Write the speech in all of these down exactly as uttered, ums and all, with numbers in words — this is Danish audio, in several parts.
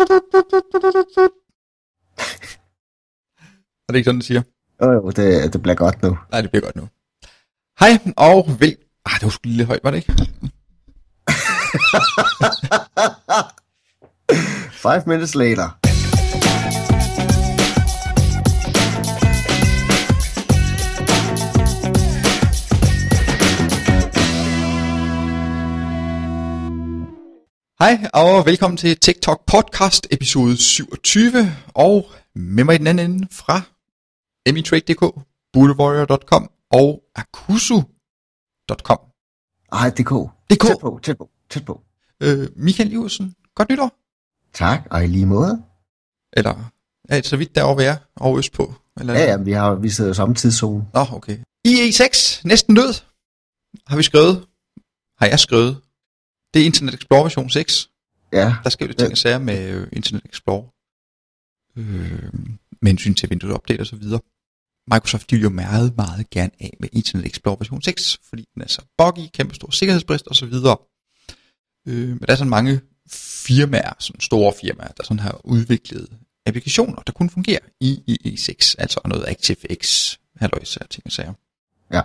Er det ikke sådan, det siger? Jo, jo, det, det bliver godt nu. Nej, det bliver godt nu. Hej, og vel... Ah, det var sgu lidt højt, var det ikke? Five minutes later. Hej, og velkommen til TikTok Podcast episode syvogtyve, og med mig i den anden ende fra emitrade punktum d k, bullwarrior punktum com og akusu punktum com. Ej, D K. D K. Tæt på, tæt på, tæt på. Øh, Michael Iversen, godt nytår. Tak, og i lige måde. Eller er det så vidt derovre vi er, over østpå? Eller? Ja, ja, vi har vi sidder i samme tidszone. Nå, okay. I E seks, næsten død, har vi skrevet. Har jeg skrevet. Det er Internet Explorer version seks. Ja. Der skal jo det ting og sager med øh, Internet Explorer. Øh, med hensyn til Windows Update og så videre. Microsoft de vil jo meget, meget gerne af med Internet Explorer version seks, fordi den er så buggy, kæmpe stor sikkerhedsbrist og så videre. Øh, men der er sådan mange firmaer, sådan store firmaer, der sådan har udviklet applikationer, der kun fungerer i I E seks, altså noget ActiveX, halløjse og ting og sager. Ja.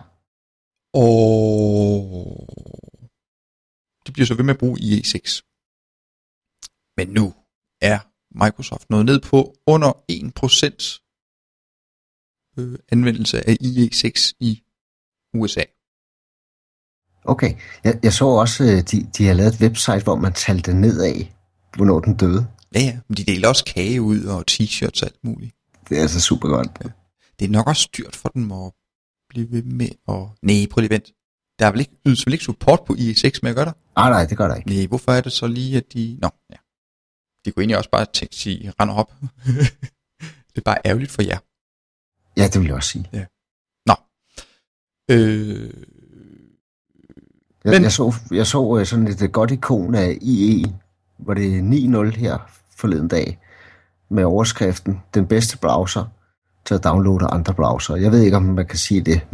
Og de bliver så ved med at bruge I E seks. Men nu er Microsoft nået ned på under en procent øh, anvendelse af I E seks i U S A. Okay, jeg, jeg så også, de, de har lavet et website, hvor man talte nedad, hvornår den døde. Ja, ja, men de deler også kage ud og t-shirts og alt muligt. Det er altså super godt. Ja. Det er nok også dyrt for den at blive ved med at... Nej, prøv lige vent. Der er vel ikke, ydes vel ikke support på I E seks med at gøre der? Ah, nej, det gør der ikke. Nej, hvorfor er det så lige, at de... Nå, ja. De kunne egentlig også bare tænke sig, render op. Det er bare ærgerligt for jer. Ja, det vil jeg også sige. Ja. Nå. Øh... Jeg, Men... jeg, så, jeg så sådan et godt ikon af I E, hvor det er ni nul her forleden dag, med overskriften, den bedste browser til at downloade andre browser. Jeg ved ikke, om man kan sige det.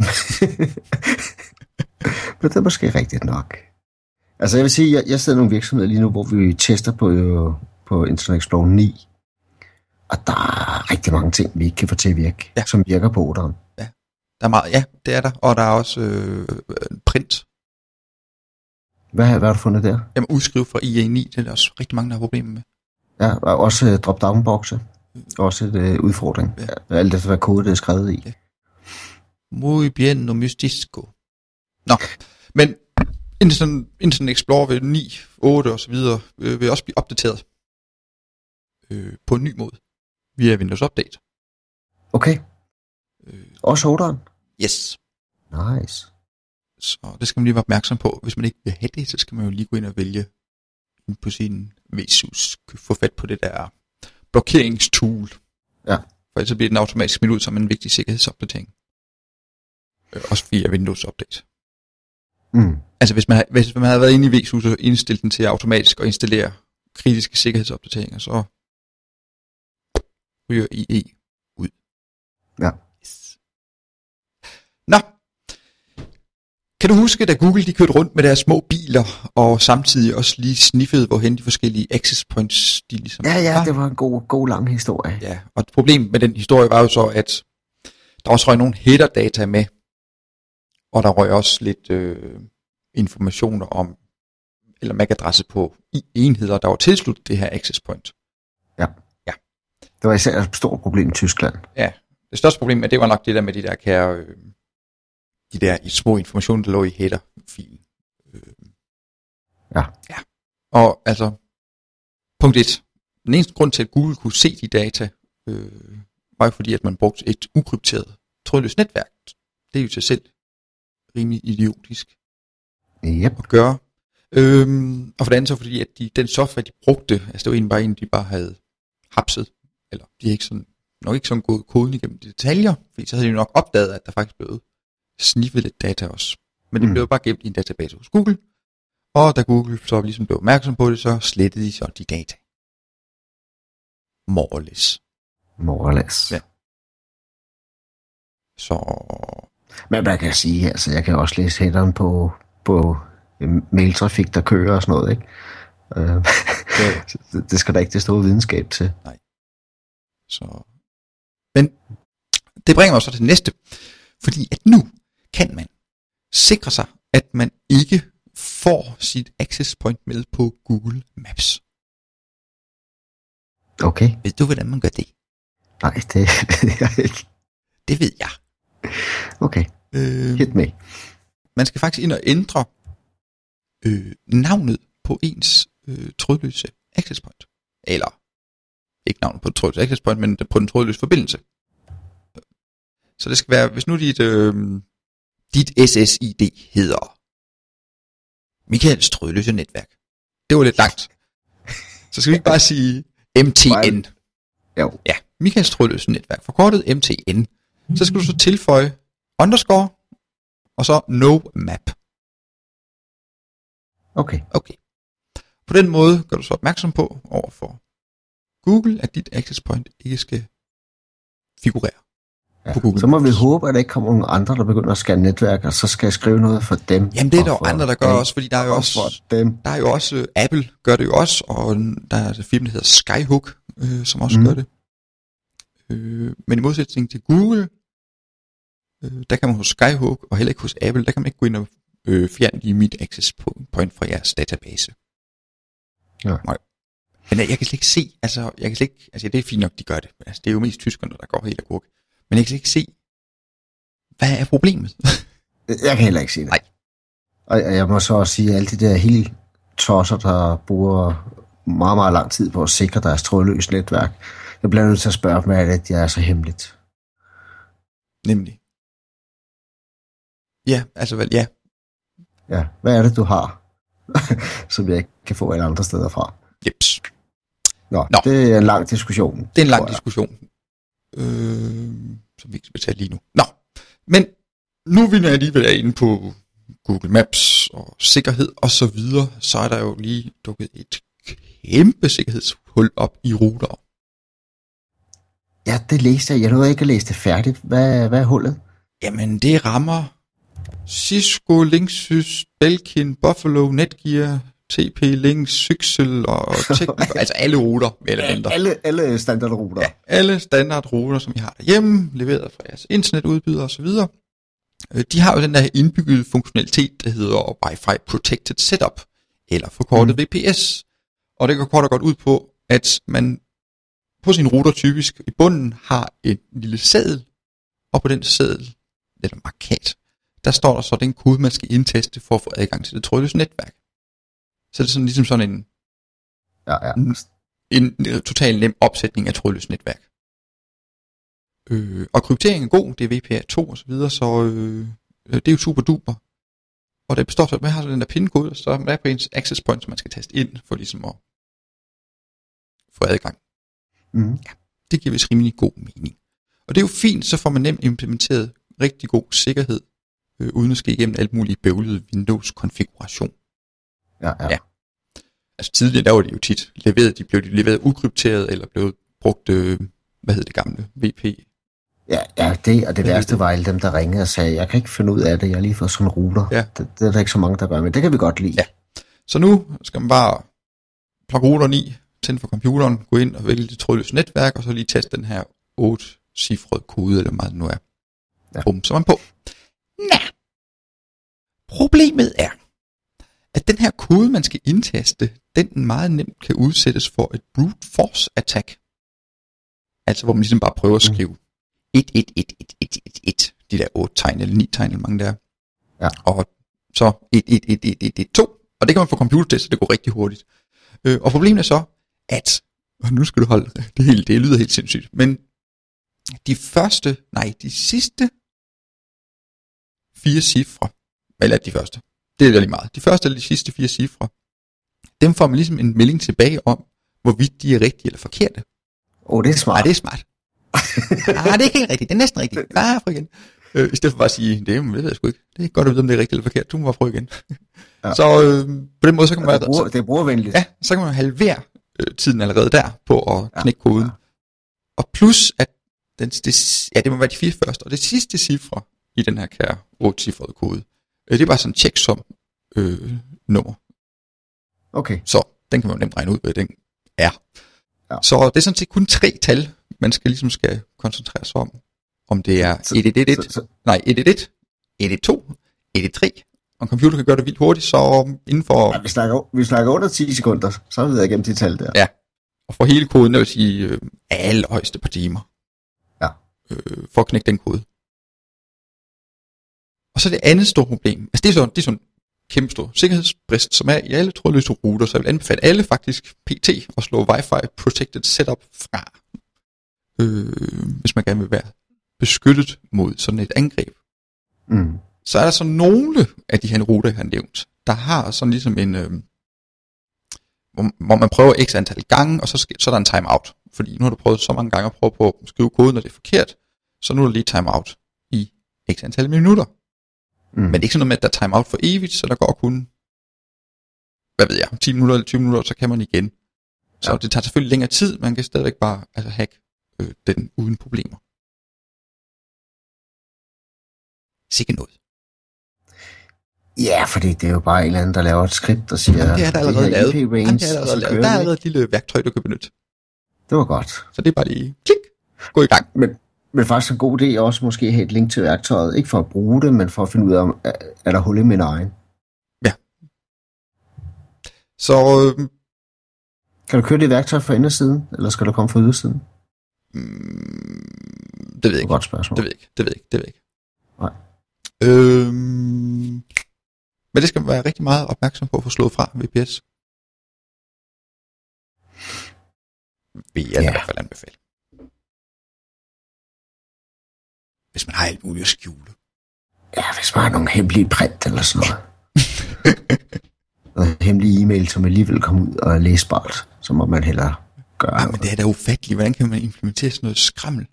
Men det er måske rigtigt nok. Altså jeg vil sige, jeg, jeg sidder i nogle virksomheder lige nu, hvor vi tester på, øh, på Internet Explorer ni. Og der er rigtig mange ting, vi ikke kan få til at virke, ja. Som virker på otteren. Ja, der er meget, ja, det er der. Og der er også øh, print. Hvad, hvad har du fundet der? Jamen udskrive fra I E ni, det er der også rigtig mange, der har problemer med. Ja, og også uh, drop-down-bokse. Også et uh, udfordring. Ja. Ja, alt efter hvad kode det er skrevet i. Ja. Muy bien, no mystisco. Nå, men Internet, Internet Explorer ved ni, otte og så videre øh, vil også blive opdateret øh, på en ny måde via Windows Update. Okay. Øh, også otteren? Yes. Nice. Så det skal man lige være opmærksom på. Hvis man ikke vil have det, så skal man jo lige gå ind og vælge på sin Vesus, få fat på det der blokeringstool. Ja. For ellers så bliver den automatisk smidt ud som en vigtig sikkerhedsopdatering. Øh, også via Windows Update. Mm. Altså hvis man, hvis man havde været inde i Vesus og indstillet den til automatisk at installere kritiske sikkerhedsopdateringer, så ryger I E ud. Ja. Yes. Nå. Kan du huske, da Google de kørte rundt med deres små biler, og samtidig også lige sniffede, hvorhen de forskellige access points, de ligesom... Ja, ja, det var en god, god lang historie. Ja, og problemet med den historie var jo så, at der også røg nogle header-data med, og der røg også lidt øh, informationer om, eller M A C-adresse på enheder, der var tilsluttet det her access point. Ja. Ja. Det var især et stort problem i Tyskland. Ja, det største problem, det var nok det der med de der kære... Øh, de der små informationer, der lå i header-filen. Øh. Ja. Ja. Og altså, punkt et. Den eneste grund til, at Google kunne se de data, øh, var jo fordi, at man brugte et ukrypteret trådløst netværk. Det er jo til selv rimelig idiotisk yep. at gøre. Øhm, og for det andet så fordi, at de, den software, de brugte, altså det var egentlig bare en, de bare havde hapset, eller de er ikke sådan, nok ikke sådan gået koden igennem de detaljer, fordi så havde de jo nok opdaget, at der faktisk blev sniffet lidt data også. Men det mm. blev bare gemt i en database hos Google, og da Google så ligesom blev opmærksom på det, så slettede de så de data. More or less. More or less. Ja. Så... Men man kan sige, altså jeg kan også læse headeren på, på mailtrafik, der kører og sådan noget, ikke? Øh, det, det skal da ikke det store videnskab til. Nej. Så. Men det bringer mig så til det næste. Fordi at nu kan man sikre sig, at man ikke får sit access point med på Google Maps. Okay. Ved du, hvordan man gør det? Nej, det ved jeg ikke. Det ved jeg. Okay, øh, hit me. Man skal faktisk ind og ændre øh, navnet på ens øh, trådløse access point. Eller, ikke navnet på et trådløse access point, men på den trådløse forbindelse. Så det skal være, hvis nu dit, øh, dit S S I D hedder Michaels trådløse netværk. Det var lidt langt. Så skal vi ikke bare sige M T N. Jo. Ja, Michaels trådløse netværk, forkortet M T N. Så skal du så tilføje underscore, og så no map. Okay. Okay. På den måde gør du så opmærksom på overfor Google, at dit access point ikke skal figurere ja. på Google. Så må vi håbe, at der ikke kommer nogen andre, der begynder at scanne netværk, og så skal jeg skrive noget for dem. Jamen det er der jo andre, der gør dem. Også, fordi der er jo også, for dem. Der er jo også uh, Apple gør det jo også, og der er et firma, der hedder Skyhook, øh, som også mm. gør det. Øh, men i modsætning til Google, øh, der kan man hos Skyhook, og heller ikke hos Apple, der kan man ikke gå ind og øh, fjerne lige mit access point fra jeres database. Ja. Nej. Men jeg, jeg kan slet ikke se, altså, jeg kan slet ikke, altså det er fint nok, de gør det. Altså, det er jo mest tyskerne, der går helt agurk. Men jeg kan slet ikke se, hvad er problemet? Jeg kan heller ikke se det. Nej. Og jeg må så også sige, at alle de der helt tosser, der bruger meget, meget lang tid på at sikre deres trådløse netværk, jeg bliver nødt til at spørge dem, hvad det er så hemmeligt. Nemlig. Ja, altså vel, ja. Ja, hvad er det, du har, som jeg ikke kan få alle andre steder fra? Jeps. Nå, Nå, det er en lang diskussion. Det er en lang diskussion, øh, som vi ikke skal tage lige nu. Nå, men nu vil jeg alligevel er inde på Google Maps og sikkerhed og så videre, så er der jo lige dukket et kæmpe sikkerhedshul op i router. Ja, det læste jeg. Jeg nåede ikke at læse det færdigt. Hvad, hvad er hullet? Jamen, det rammer Cisco, Linksys, Belkin, Buffalo, Netgear, T P, Link, Syxel og Technical, altså alle ruter, eller mindre. Alle, alle standardruter. Ja, alle standardruter, som I har derhjemme, leveret fra jeres internetudbyder osv. De har jo den der indbyggede funktionalitet, der hedder Wi-Fi Protected Setup, eller forkortet mm. V P S. Og det går kort og godt ud på, at man på sin router typisk i bunden har en lille seddel, og på den seddel, eller markat, der står der så den kode, man skal indtaste for at få adgang til det trådløse netværk. Så det er sådan ligesom sådan en, ja, ja. en, en, en total nem opsætning af trådløst netværk. Øh, og krypteringen er god, det er V P A to og så videre, så øh, det er jo super duper. Og det består så, at man har sådan den der pindkode, og så er man på ens access point, som man skal taste ind, for ligesom at få adgang. Mm. Ja, det giver vist rimelig god mening. Og det er jo fint, så får man nemt implementeret rigtig god sikkerhed, øh, uden at ske igennem alt muligt bøvlede Windows-konfiguration. Ja, ja. ja. Altså tidligere, der var det jo tit leveret, de blev de leveret ukrypteret, eller blev brugt, øh, hvad hed det gamle, V P? Ja, ja, det og det værste var alle dem, der ringede og sagde, jeg kan ikke finde ud af det, jeg har lige fået sådan en router. Ja. Det, det er der ikke så mange, der gør, men det kan vi godt lide. Ja. Så nu skal man bare plukke routeren i, tænde for computeren, gå ind og vælge det trådløse netværk, og så lige teste den her otte cifrede kode, eller hvad meget det nu er. Ja. Bum, så er man på. Nå. Problemet er, at den her kode, man skal indtaste, den meget nemt kan udsættes for et brute force attack. Altså, hvor man ligesom bare prøver at skrive et, et, et, et, et, et, et, de der otte tegn, eller ni tegn, eller mange der. Ja. Og så et, et, et, et, et, et, to. Og det kan man få computer til, så det går rigtig hurtigt. Øh, og problemet er så, at, og nu skal du holde, det, hele, det lyder helt sindssygt, men de første, nej, de sidste fire cifre, eller de første, det er lige meget, de første eller de sidste fire cifre, dem får man ligesom en melding tilbage om, hvorvidt de er rigtige eller forkerte. Åh, oh, det er smart. Nej, det er smart. Nej, det er ikke helt rigtigt, det er næsten rigtigt. Ah, prøv igen. Øh, I stedet for bare at sige, det, det ved jeg sgu ikke. Det er godt at vide, om det er rigtigt eller forkert. Du må bare prøve igen. Ja. Så øh, på den måde, så kan man... Ja, det, er bruger, det er brugervenligt. Ja, så kan man halvere øh, tiden allerede der på at knække ja, koden. Ja. Og plus, at den, det, ja, det må være de fire første, og det sidste cifre i den her kære otte-cifrede kode, øh, det er bare sådan en checksum øh, nummer. Okay. Så den kan man jo nemt regne ud, hvad den er. Ja. Så det er sådan set kun tre tal, man skal ligesom skal koncentrere sig om. Om det er Så- et et et, så- så- nej et et et, et et to, et et tre, og en computer kan gøre det vildt hurtigt, så inden for, Ja, vi, snakker, vi snakker under ti sekunder, så er vi været igennem de tal der. Ja. og for hele koden, det vil sige øh, allerhøjeste par timer, Ja. øh, for at knække den kode. Og så det andet store problem, altså det er sådan, det er sådan en kæmpe stor sikkerhedsbrist, som er i alle trådløse router, så jeg vil anbefale alle faktisk P T at slå Wi-Fi Protected Setup fra, øh, hvis man gerne vil være beskyttet mod sådan et angreb. Mm. Så er der så nogle af de her router, jeg har nævnt, der har sådan ligesom en, øh, hvor, hvor man prøver x antal gange, og så, sk- så er der en timeout. Fordi nu har du prøvet så mange gange at prøve på at skrive koden, når det er forkert, så nu er der lige timeout i x antal minutter. Mm. Men det er ikke sådan noget med, at der er timeout for evigt, så der går kun, hvad ved jeg, ti minutter eller tyve minutter, så kan man igen. Så Ja. det tager selvfølgelig længere tid, man kan stadigvæk bare altså, hack øh, den uden problemer. Sikke noget. Ja, fordi det er jo bare en eller anden, der laver et skript, der siger, Jamen, det er der allerede her lavet. I P Jamen, range, det er der og så allerede lavet. kører Der er det. allerede et lille værktøj, du kan benytte. Det var godt. Så det er bare lige klik, gå i gang. Men, men faktisk en god idé også måske at have et link til værktøjet. Ikke for at bruge det, men for at finde ud af, om er, er der hul i min egen. Så øh, Kan du køre det værktøj fra indersiden, eller skal du komme fra ydersiden? mm, det ved jeg Det er et ikke. godt spørgsmål. Det ved jeg ikke. Det ved jeg ikke. Det ved jeg ikke. Nej. Øhm, men det skal man være rigtig meget opmærksom på at få slået fra V P S. Vil jeg Ja. i hvert fald anbefale. Hvis man har alt muligt at skjule. Ja, hvis man har nogle hemmelige print eller sådan noget. Noget hemmelig e-mail, som alligevel kommer ud og er læsbart, så må man hellere gøre. Ah, men det er da ufatteligt. Hvordan kan man implementere sådan noget skrammel?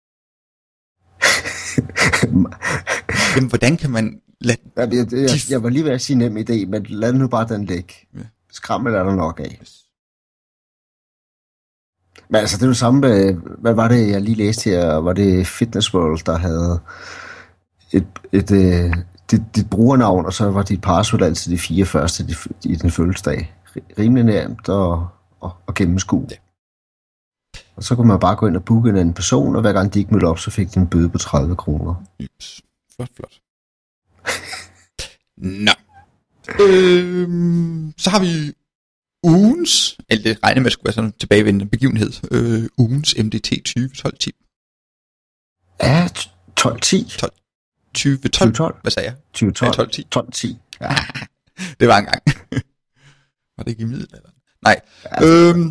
Jamen, hvordan kan man lade... jeg, jeg, jeg, jeg var lige ved at sige nem idé, men lad nu bare den ligge. Ja. Skrammel er der nok af. Men altså, det er jo samme med, hvad var det, jeg lige læste her? Var det Fitness World, der havde et, et, et dit, dit brugernavn, og så var dit password altid de fire første i din fødselsdag. Rimelig nemt at, at, at gennemskue. Ja. Og så kunne man bare gå ind og booke en anden person, og hver gang de ikke mødte op, så fik de en bøde på tredive kroner. Yes. Flot, flot. Nå. Øhm, så har vi ugens, eller det regner med at skulle være sådan en tilbagevendende begivenhed, øh, ugens M D T tyve tolv tip. Ja, tolv ti. tyve tolv. tyve tolv. Hvad sagde jeg? tyve tolv. tolv ti. tolv ti. Ja. Det var engang. Var det ikke i middelalderen? Nej. Altså, Øhm,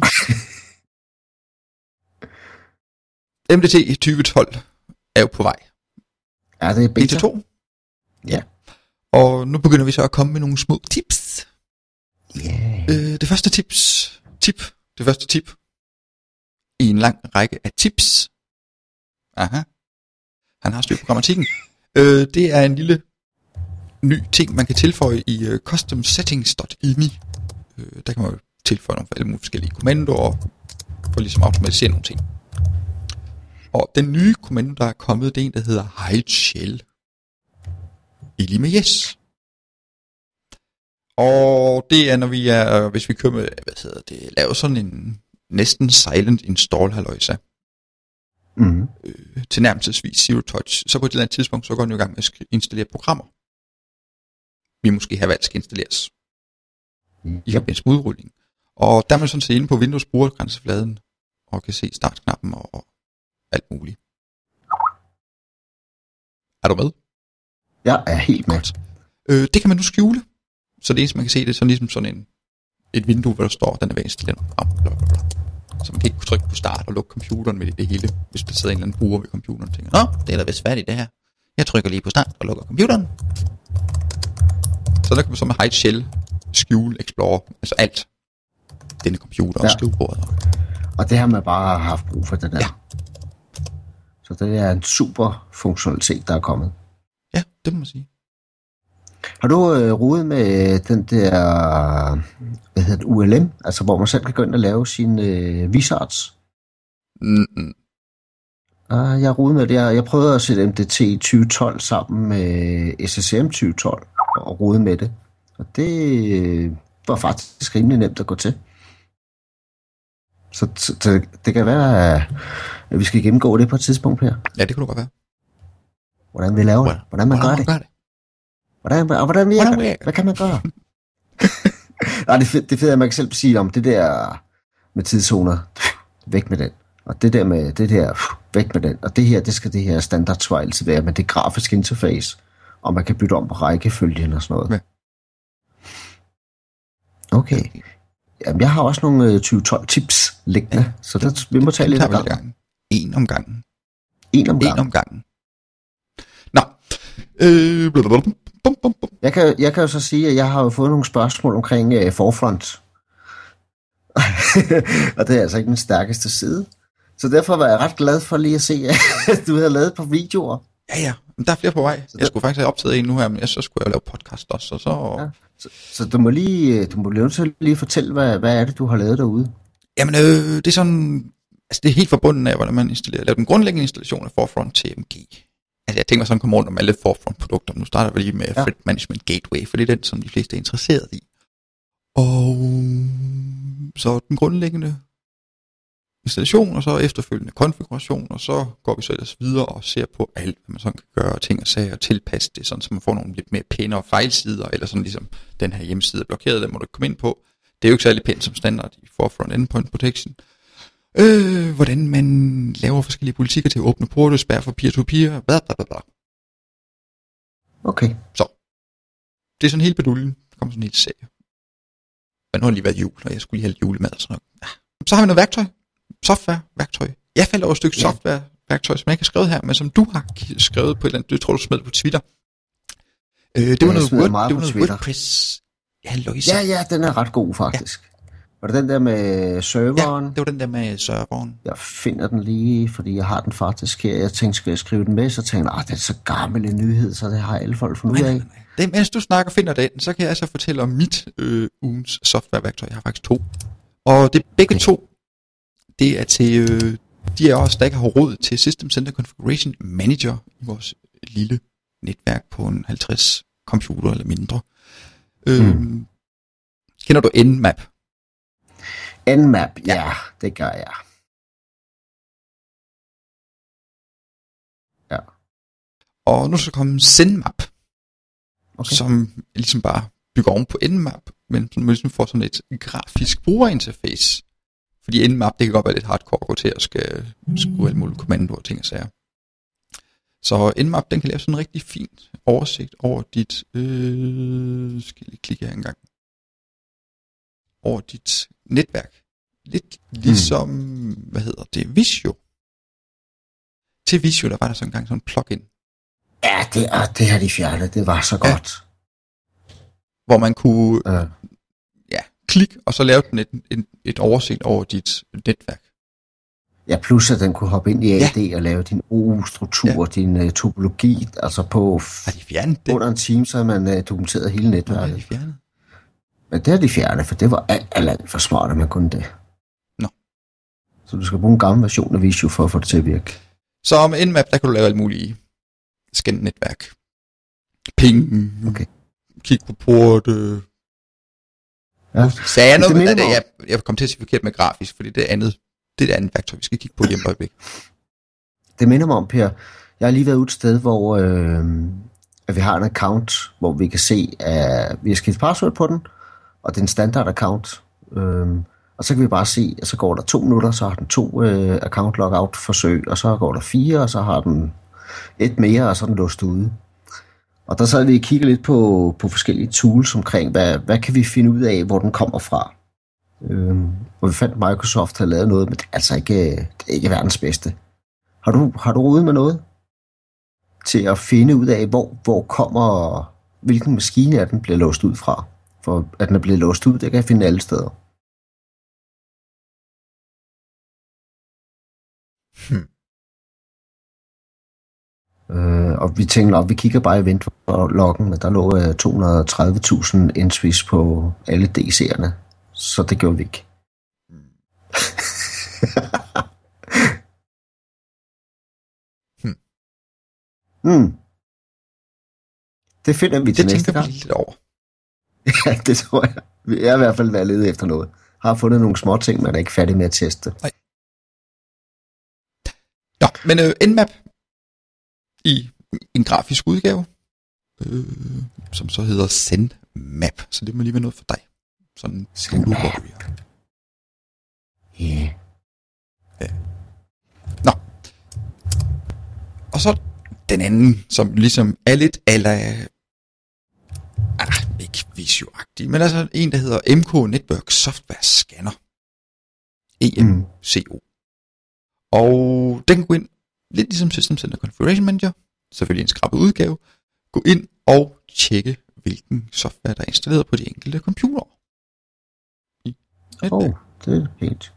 M D T tyve tolv er jo på vej. er det B beta? T to. Ja. Og nu begynder vi så at komme med nogle små tips. Yeah. Øh, det første tips, tip, det første tip, i en lang række af tips. Aha. Han har styr på grammatikken. Øh, det er en lille ny ting, man kan tilføje i uh, custom settings dot i n i. Øh, der kan man jo tilføje nogle alle mulige forskellige kommandoer, for ligesom at automatisere nogle ting. Og den nye kommando, der er kommet, det er en, der hedder hide shell. I lige med yes. Og det er, når vi er, hvis vi kører med, hvad hedder det, laver sådan en næsten silent install halløjsa, Mm. øh, til nærmelsesvis zero touch, så på et eller andet tidspunkt, så går den jo i gang med at sk- installere programmer. Vi måske have valgt skal installeres i Yep. forbindelse med udrulling. Og der er man sådan set inde på Windows brugergrænsefladen, og kan se startknappen og, og alt muligt. Er du med? Jeg er helt med. Godt. Øh, det kan man nu skjule. Så det eneste, man kan se, det er sådan ligesom sådan en, et vindue, hvor der står, den er ved at installere noget program, bla, bla, bla. Så man kan ikke kunne trykke på start og lukke computeren med det hele, hvis der sidder en eller anden bruger ved computeren og tænker, nå, det er da vist færdigt det her. Jeg trykker lige på start og lukker computeren. Så der kan man så med hide shell, skjule, explore, altså alt. Denne computer og Ja. skrivebordet. Og det har man bare haft brug for, det der. Ja. Så det er en super funktionalitet, der er kommet. Ja, det må man sige. Har du øh, rodet med den der, hvad hedder det, U L M, altså hvor man selv kan gå ind og lave sine øh, wizards? Mm-mm. Uh, jeg har rodet med det. Jeg, jeg prøvede at sætte M D T tyve tolv sammen med S S M tyve tolv og rode med det. Og det øh, var faktisk rimelig nemt at gå til. Så, så, så det kan være, at vi skal gennemgå det på et tidspunkt her. Ja, det kunne du godt være. Hvordan vi laver det. Hvordan man hvordan gør det. Gør det. Hvordan, og hvordan virker hvordan det? Hvad kan man gøre? Nej, det er fedt, det er fedt, at man kan selv sige om det der med tidszoner. Væk med den. Og det der med det der, væk med den. Og det her, det skal det her standardsvar altid være med det grafiske interface. Og man kan bytte om på rækkefølgen og sådan noget. Ja. Okay. Jamen, jeg har også nogle tyve tolv tips liggende, ja, så der, vi må tage lidt om gangen. En om gangen. En om gangen. En om gangen. Nå. Øh, bum, bum, bum. Jeg, kan, jeg kan jo så sige, at jeg har jo fået nogle spørgsmål omkring uh, Forefront. Og det er altså ikke den stærkeste side. Så derfor var jeg ret glad for lige at se, at du havde lavet et par videoer. Ja, ja. Men der er flere på vej. Så jeg skulle faktisk have optaget en nu her, men så skulle jeg jo lave podcast også. Og så... Ja. Så, så du må lige, du må lige, lige fortælle, hvad, hvad er det, du har lavet derude? Jamen, øh, det er sådan... Altså, det er helt forbundet af, hvordan man installerer. Laver den grundlæggende installation af Forefront til M G. Altså, jeg tænker mig sådan at komme rundt om alle Forefront-produkter. Nu starter vi lige med ja. Threat Management Gateway, for det er den, som de fleste er interesseret i. Og så den grundlæggende installation, og så efterfølgende konfiguration, og så går vi så ellers videre og ser på alt, hvad man sådan kan gøre, ting og sager, og tilpasse det, sådan, så man får nogle lidt mere pænere fejlsider, eller sådan ligesom den her hjemmeside er blokeret, den må du komme ind på. Det er jo ikke særlig pænt som standard i Forefront Endpoint Protection. Øh, hvordan man laver forskellige politikker til at åbne porte, spærre for peer-to-peer, bla bla bla bla. Okay. Så. Det er sådan helt beduljen. Der kommer sådan en helt serie. Men nu har lige været jul, og jeg skulle lige have lidt julemad og sådan noget. Ja. Så har vi noget værktøj. Software-værktøj. Jeg faldt over et stykke ja. software-værktøj, som jeg ikke har skrevet her, men som du har skrevet på et eller andet, det tror du smed på Twitter. Øh, det var noget, Word, det var noget WordPress. Ja, ja, ja, den er ret god faktisk. Ja. Var det den der med serveren? Ja, det var den der med serveren. Jeg finder den lige, fordi jeg har den faktisk her. Jeg tænkte, skal jeg skrive den med? Så tænkte jeg, at det er så gammel en nyhed, så det har alle folk fundet ud af. Nej, nej, nej. Det, mens du snakker og finder den, så kan jeg så fortælle om mit øh, ugens softwareværktøj. Jeg har faktisk to. Og det er begge okay. to. Det er til øh, de af os, der ikke har råd til System Center Configuration Manager i vores lille netværk på en halvtreds computer eller mindre. Øh, mm. Kender du Nmap? Nmap, ja, ja, det gør jeg. Ja. Og nu skal komme Zenmap, okay. som ligesom bare bygger oven på Nmap, men som ligesom får sådan et grafisk brugerinterface. Fordi Nmap, det kan godt være lidt hardcore at gå til at skal skrive alle mulige kommandoer og ting og sager. Så Nmap, den kan lave sådan en rigtig fin oversigt over dit, øh, skal jeg lige klikke her engang, over dit netværk. Lidt ligesom, hmm. hvad hedder det, Visio. Til Visio, der var der så engang sådan en plugin. Ja, det, er, det har de fjernet, det var så ja. godt. Hvor man kunne, uh. ja, klikke, og så lave den et, et, et oversigt over dit netværk. Ja, plus at den kunne hoppe ind i A D ja. og lave din O U-struktur, ja. din uh, topologi, altså på har de fjernet det? Under en time, så har man uh, dokumenteret hele netværket. Har de fjernet? Men det har de fjernet, for det var alt, alt, alt for smart, at man kunne det. Nå. Så du skal bruge en gammel version af Visio for at få det til at virke. Så med Nmap, der kan du lave alt muligt scan-netværk. Ping. Okay. Kig på port. Øh. Ja. Sagde jeg noget? Det, jeg, jeg kom til at sige forkert med grafisk, fordi det er andet, det er det andet værktøj, vi skal kigge på hjemme øjeblik. Det minder mig om, Per. Jeg har lige været ude et sted, hvor øh, at vi har en account, hvor vi kan se, at vi har skiftet password på den, og det er en standard account. Øh, og så kan vi bare se, at så går der to minutter, så har den to øh, account logout forsøg, og så går der fire, og så har den et mere, og så er den låst ude. Og der så vi kigger lidt på, på forskellige tools omkring, hvad, hvad kan vi finde ud af, hvor den kommer fra. Øh, og vi fandt, Microsoft havde lavet noget, men det er altså ikke, det er ikke verdens bedste. Har du, har du rodet med noget til at finde ud af, hvor, hvor kommer, hvilken maskine er den bliver låst ud fra? For at den er blevet låst ud, det kan jeg finde alle steder. Hmm. Øh, og vi tænker, at vi kigger bare i event-loggen, men der lå uh, to hundrede og tredive tusind entries på alle D C'erne, så det gjorde vi ikke. hmm. Hmm. Det finder vi det til næste gang. Det tænker vi lidt over. Ja, det tror jeg. Vi er i hvert fald været lede efter noget. har fundet nogle små ting, man er ikke færdig med at teste. Nej. Nå, men øh, Nmap i en grafisk udgave, øh, som så hedder ZenMap, så det må lige være noget for dig. Sådan ZenMap. Ja. Ja. Nå. Og så den anden, som ligesom er lidt ala, ah, ikke visioagtig, men altså en, der hedder M K Network Software Scanner. E M C O. Mm. Og den kan gå ind, lidt ligesom System Center Configuration Manager, selvfølgelig en skrabet udgave, gå ind og tjekke, hvilken software, der er installeret på de enkelte computere. Åh, oh, det er pænt.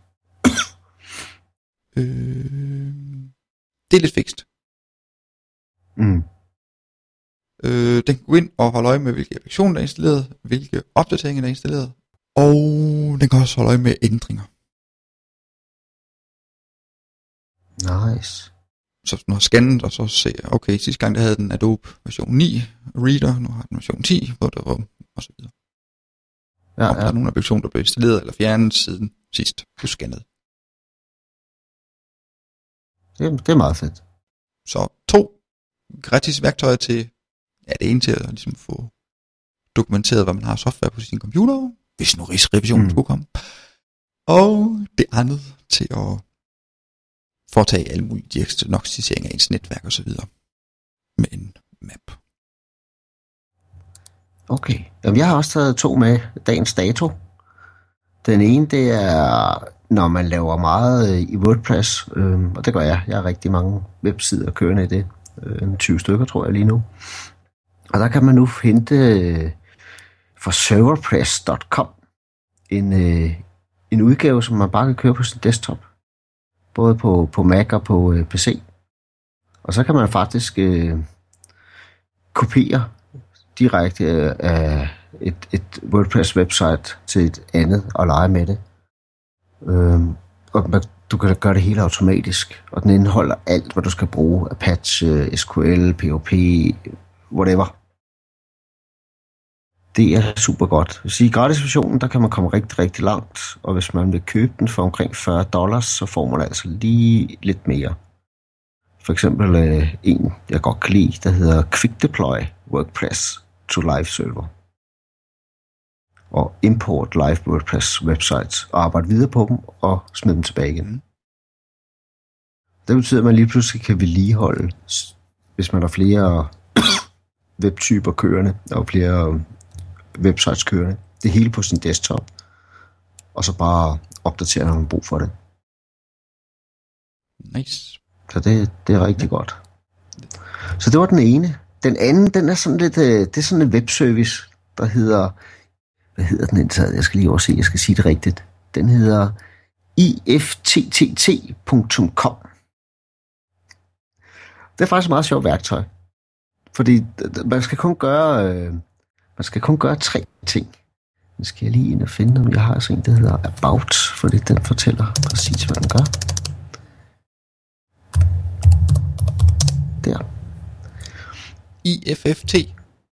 øh, det er lidt fikst. Mm. Øh, den kan gå ind og holde øje med, hvilke applikationer der er installeret, hvilke opdateringer der er installeret, og den kan også holde øje med ændringer. Nice. Så den har scannet, og så ser jeg, okay, sidste gang der havde den Adobe version ni Reader, nu har den version ti, hvor der var, og så videre. Ja, om ja. der er nogle applikationer, der blev installeret eller fjernet siden sidst du scannede. Det, det er meget fedt. Så to gratis værktøjer til, ja, det ene til at ligesom få dokumenteret, hvad man har software på sin computer, hvis nu rigsrevisionen mm. skulle komme. Og det andet til at foretage alle mulige diagnostiseringer af ens netværk og så videre med en map. Okay. Jamen, jeg har også taget to med dagens dato. Den ene, det er, når man laver meget i WordPress, øh, og det gør jeg. Jeg har rigtig mange websider kørende i det. Øh, tyve stykker, tror jeg lige nu. Og der kan man nu hente øh, fra serverpress punktum com en, øh, en udgave, som man bare kan køre på sin desktop. Både på, på Mac og på øh, P C. Og så kan man faktisk øh, kopiere direkte af et, et WordPress-website til et andet og lege med det. Øhm, og man, du kan gøre det hele automatisk, og den indeholder alt, hvad du skal bruge. Apache, S Q L, P H P, whatever. Det er super godt. Hvis I gratisversionen, der kan man komme rigtig, rigtig langt, og hvis man vil købe den for omkring fyrre dollars, så får man altså lige lidt mere. For eksempel øh, en, jeg godt kan lide, der hedder Quick Deploy WordPress to Live Server. Og import live WordPress websites, og arbejde videre på dem, og smide dem tilbage igen. Mm. Det betyder, at man lige pludselig kan vedligeholde, hvis man har flere webtyper kørende, og flere websites kørende, det hele på sin desktop, og så bare opdatere, når man har brug for det. Nice. Så det, det er rigtig ja. godt. Så det var den ene. Den anden, den er sådan lidt, det er sådan en webservice, der hedder, hvad hedder den indtaget? Jeg skal lige overse, jeg skal sige det rigtigt. Den hedder I F T T T punktum com. Det er faktisk et meget sjovt værktøj. Fordi man skal kun gøre, øh, man skal kun gøre tre ting. Nu skal jeg lige ind og finde, om jeg har sådan en, der hedder About, fordi den fortæller præcis, hvad den gør. Der. I F F T.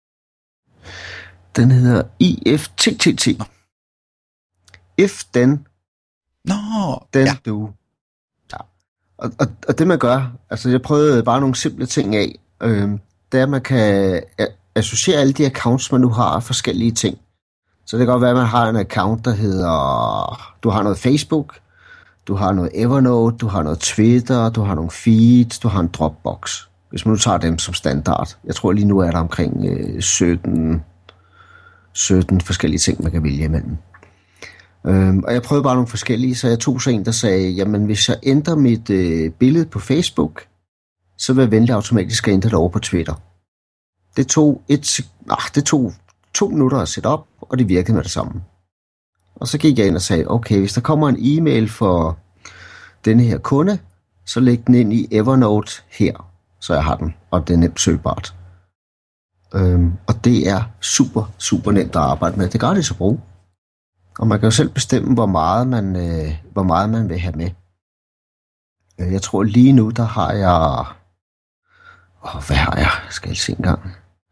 Den hedder I F T T T. Nå. If then, Nå, then ja. do. Ja. Og, og, og det man gør, altså jeg prøvede bare nogle simple ting af, øh, det er, at man kan associere alle de accounts, man nu har af forskellige ting. Så det kan godt være, at man har en account, der hedder, du har noget Facebook, du har noget Evernote, du har noget Twitter, du har nogle feeds, du har en Dropbox. Hvis man nu tager dem som standard. Jeg tror lige nu er der omkring øh, sytten, sytten forskellige ting, man kan vælge imellem. Øhm, og jeg prøvede bare nogle forskellige, så jeg tog så en, der sagde, jamen hvis jeg ændrer mit øh, billede på Facebook, så vil jeg vente automatisk at ændre det over på Twitter. Det tog, et, ah, det tog to minutter at sætte op, og det virkede med det samme. Og så gik jeg ind og sagde, okay, hvis der kommer en e-mail for denne her kunde, så læg den ind i Evernote her, så jeg har den, og det er nemt søgbart. Øhm, og det er super, super nemt at arbejde med. Det er gratis at bruge. Og man kan jo selv bestemme, hvor meget man, øh, hvor meget man vil have med. Jeg tror lige nu, der har jeg... Åh, hvad har jeg? Skal jeg se en gang.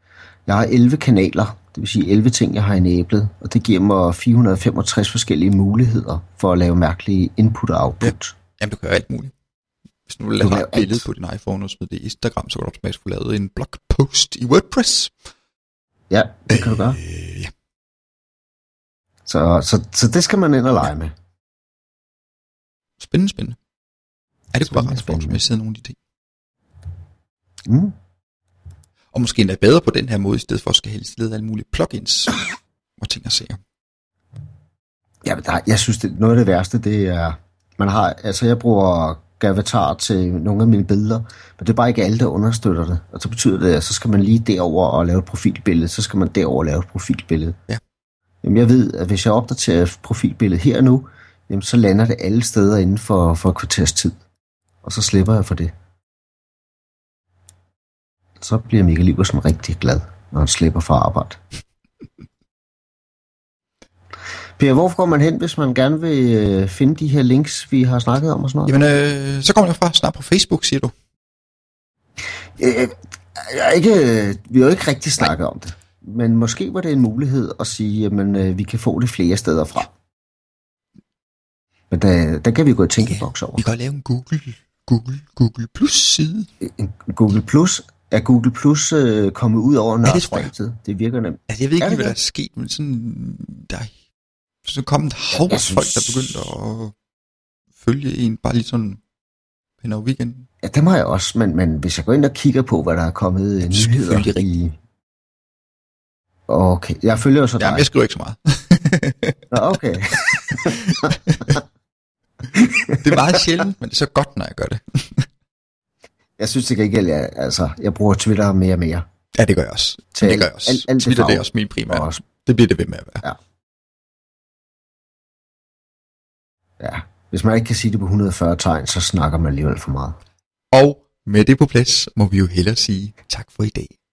Jeg har elleve kanaler, det vil sige elleve ting, jeg har enablet, og det giver mig fire hundrede og femogtres forskellige muligheder for at lave mærkelige input og output. Ja. Jamen, du kan gøre alt muligt. Hvis du vil lave et billede alt på din iPhone og smide det i Instagram, så kan du automatisk få lavet en blogpost i WordPress. Ja, det kan du gøre. Øh, ja. Så, så, så det skal man ind og lege med. Spændende, spændende. Er det bare ret forholdsmæssigt nogle af de ting? Mm. Og måske endda bedre på den her måde, i stedet for at skal helst lede alle mulige plugins og ting og sager. Ja, men der, jeg synes, det, noget af det værste, det er, man har, altså jeg bruger Gavatar til nogle af mine billeder, men det er bare ikke alle, der understøtter det. Og så betyder det, at så skal man lige derover og lave et profilbillede, så skal man derover lave et profilbillede. Ja. Jamen jeg ved, at hvis jeg opdaterer profilbilledet her nu, jamen så lander det alle steder inden for, for et kvarters tid. Og så slipper jeg for det. Så bliver Michael Iversen rigtig glad, når han slipper fra arbejde. Per, hvor går man hen, hvis man gerne vil øh, finde de her links, vi har snakket om og sådan noget? Jamen, øh, så kommer jeg fra snart på Facebook, siger du. Øh, jeg er ikke, vi har jo ikke rigtig snakket Nej. om det. Men måske var det en mulighed at sige, at øh, vi kan få det flere steder fra. Men der, der kan vi gå i tænkeboks over. Vi kan lave en Google, Google, Google Plus side. En Google Plus? Er Google Plus øh, kommet ud over nørdspaget? Ja, det, det virker nemt. Altså, jeg ved ikke, hvad der er sket, men sådan, der så kom et hav af folk, der begyndte at følge en, bare lige sådan hen over weekenden. Ja, det må jeg også, men, men hvis jeg går ind og kigger på, hvad der er kommet ja, nyheder i... Okay, jeg følger jo så dig. Jamen, jeg skriver ikke så meget. Nå, okay. Det er meget sjældent, men det er så godt, når jeg gør det. Jeg synes ikke, at jeg, altså, jeg bruger Twitter mere og mere. Ja, det gør jeg også. Til det gør jeg også. Al, al Twitter det er også min primære. Også. Det bliver det ved med at være. Ja. Ja, hvis man ikke kan sige det på et hundrede og fyrre tegn, så snakker man alligevel for meget. Og med det på plads, må vi jo hellere sige tak for i dag.